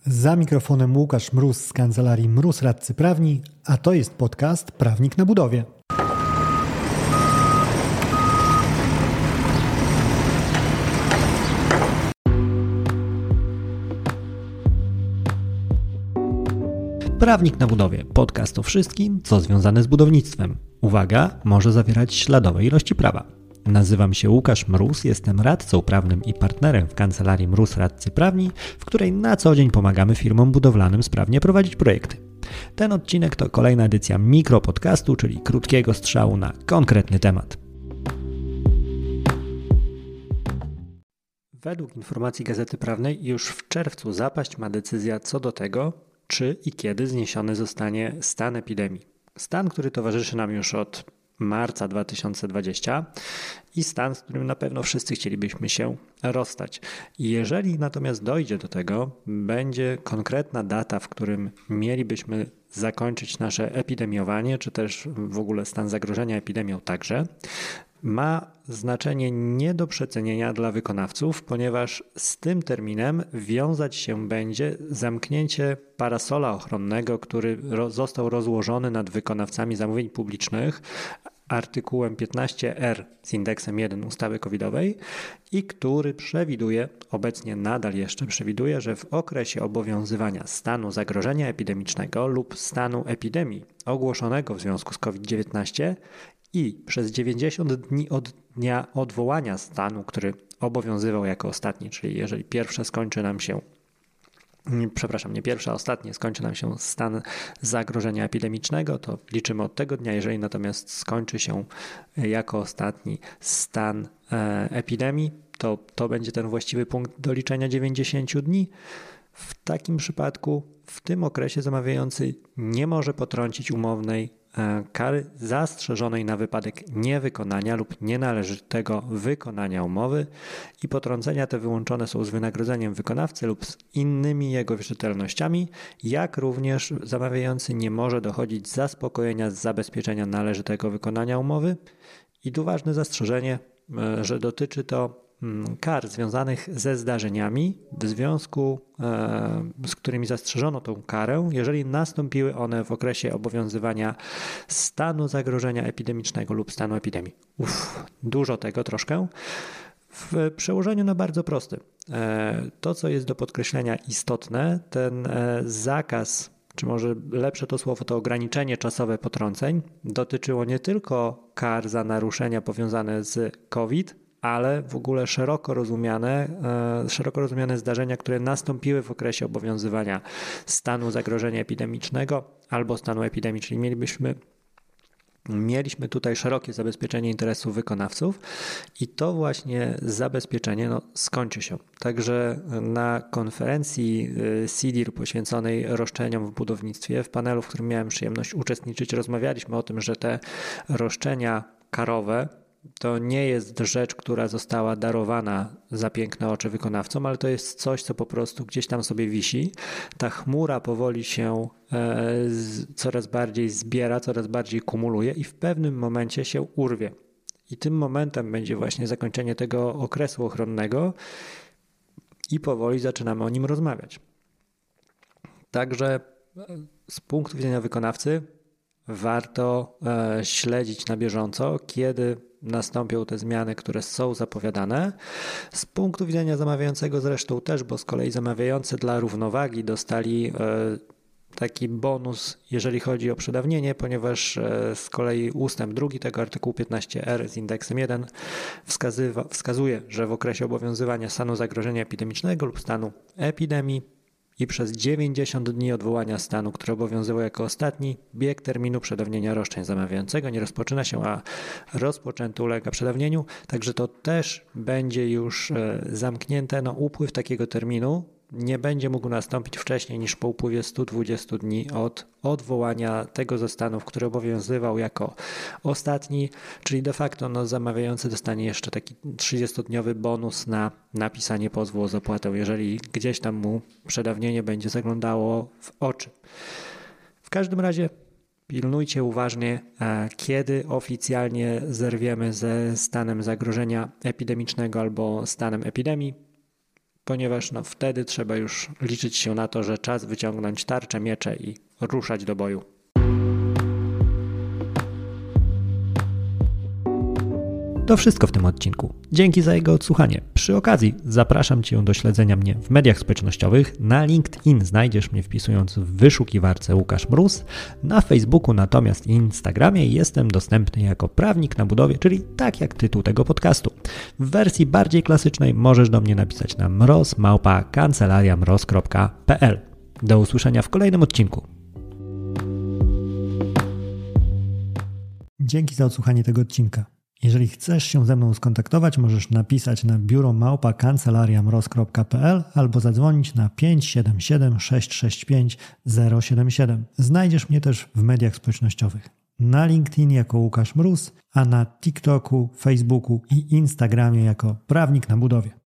Za mikrofonem Łukasz Mróz z kancelarii Mróz Radcy Prawni, a to jest podcast Prawnik na budowie. Prawnik na budowie. Podcast o wszystkim, co związane z budownictwem. Uwaga, może zawierać śladowe ilości prawa. Nazywam się Łukasz Mróz, jestem radcą prawnym i partnerem w kancelarii Mróz Radcy Prawni, w której na co dzień pomagamy firmom budowlanym sprawnie prowadzić projekty. Ten odcinek to kolejna edycja mikropodcastu, czyli krótkiego strzału na konkretny temat. Według informacji Gazety Prawnej już w czerwcu zapaść ma decyzja co do tego, czy i kiedy zniesiony zostanie stan epidemii. Stan, który towarzyszy nam już od marca 2020 i stan, z którym na pewno wszyscy chcielibyśmy się rozstać. Jeżeli natomiast dojdzie do tego, będzie konkretna data, w którym mielibyśmy zakończyć nasze epidemiowanie, czy też w ogóle stan zagrożenia epidemią także, ma znaczenie nie do przecenienia dla wykonawców, ponieważ z tym terminem wiązać się będzie zamknięcie parasola ochronnego, który został rozłożony nad wykonawcami zamówień publicznych artykułem 15R z indeksem 1 ustawy covidowej i który przewiduje, obecnie nadal jeszcze przewiduje, że w okresie obowiązywania stanu zagrożenia epidemicznego lub stanu epidemii ogłoszonego w związku z COVID-19 i przez 90 dni od dnia odwołania stanu, który obowiązywał jako ostatni, czyli jeżeli pierwsze skończy nam się, nie pierwsze, a ostatnie skończy nam się stan zagrożenia epidemicznego, to liczymy od tego dnia. Jeżeli natomiast skończy się jako ostatni stan epidemii, to będzie ten właściwy punkt do liczenia 90 dni. W takim przypadku w tym okresie zamawiający nie może potrącić umownej kary zastrzeżonej na wypadek niewykonania lub nienależytego wykonania umowy i potrącenia te wyłączone są z wynagrodzeniem wykonawcy lub z innymi jego wierzytelnościami, jak również zamawiający nie może dochodzić zaspokojenia z zabezpieczenia należytego wykonania umowy. I tu ważne zastrzeżenie, że dotyczy to kar związanych ze zdarzeniami, w związku z którymi zastrzeżono tą karę, jeżeli nastąpiły one w okresie obowiązywania stanu zagrożenia epidemicznego lub stanu epidemii. Dużo tego troszkę. W przełożeniu na bardzo prosty. To, co jest do podkreślenia istotne, ten zakaz, czy może lepsze to słowo, to ograniczenie czasowe potrąceń, dotyczyło nie tylko kar za naruszenia powiązane z COVID, ale w ogóle szeroko rozumiane zdarzenia, które nastąpiły w okresie obowiązywania stanu zagrożenia epidemicznego albo stanu epidemii, czyli mieliśmy tutaj szerokie zabezpieczenie interesów wykonawców i to właśnie zabezpieczenie skończy się. Także na konferencji CIDIR poświęconej roszczeniom w budownictwie, w panelu, w którym miałem przyjemność uczestniczyć, rozmawialiśmy o tym, że te roszczenia karowe to nie jest rzecz, która została darowana za piękne oczy wykonawcom, ale to jest coś, co po prostu gdzieś tam sobie wisi. Ta chmura powoli się coraz bardziej zbiera, coraz bardziej kumuluje i w pewnym momencie się urwie. I tym momentem będzie właśnie zakończenie tego okresu ochronnego i powoli zaczynamy o nim rozmawiać. Także z punktu widzenia wykonawcy warto śledzić na bieżąco, kiedy nastąpią te zmiany, które są zapowiadane. Z punktu widzenia zamawiającego zresztą też, bo z kolei zamawiający dla równowagi dostali taki bonus, jeżeli chodzi o przedawnienie, ponieważ z kolei ustęp 2 tego artykułu 15R z indeksem 1 wskazuje, że w okresie obowiązywania stanu zagrożenia epidemicznego lub stanu epidemii i przez 90 dni odwołania stanu, który obowiązywał jako ostatni, bieg terminu przedawnienia roszczeń zamawiającego nie rozpoczyna się, a rozpoczęty ulega przedawnieniu. Także to też będzie już zamknięte. Upływ takiego terminu nie będzie mógł nastąpić wcześniej niż po upływie 120 dni od odwołania tego ze stanów, który obowiązywał jako ostatni, czyli de facto zamawiający dostanie jeszcze taki 30-dniowy bonus na napisanie pozwu o zapłatę, jeżeli gdzieś tam mu przedawnienie będzie zaglądało w oczy. W każdym razie pilnujcie uważnie, kiedy oficjalnie zerwiemy ze stanem zagrożenia epidemicznego albo stanem epidemii. ponieważ wtedy trzeba już liczyć się na to, że czas wyciągnąć tarczę, miecze i ruszać do boju. To wszystko w tym odcinku. Dzięki za jego odsłuchanie. Przy okazji zapraszam Cię do śledzenia mnie w mediach społecznościowych. Na LinkedIn znajdziesz mnie wpisując w wyszukiwarce Łukasz Mróz. Na Facebooku natomiast i Instagramie jestem dostępny jako prawnik na budowie, czyli tak jak tytuł tego podcastu. W wersji bardziej klasycznej możesz do mnie napisać na mroz@kancelariamroz.pl. Do usłyszenia w kolejnym odcinku. Dzięki za odsłuchanie tego odcinka. Jeżeli chcesz się ze mną skontaktować, możesz napisać na biuro@kancelariamroz.pl albo zadzwonić na 577 665 077. Znajdziesz mnie też w mediach społecznościowych. Na LinkedIn jako Łukasz Mróz, a na TikToku, Facebooku i Instagramie jako prawnik na budowie.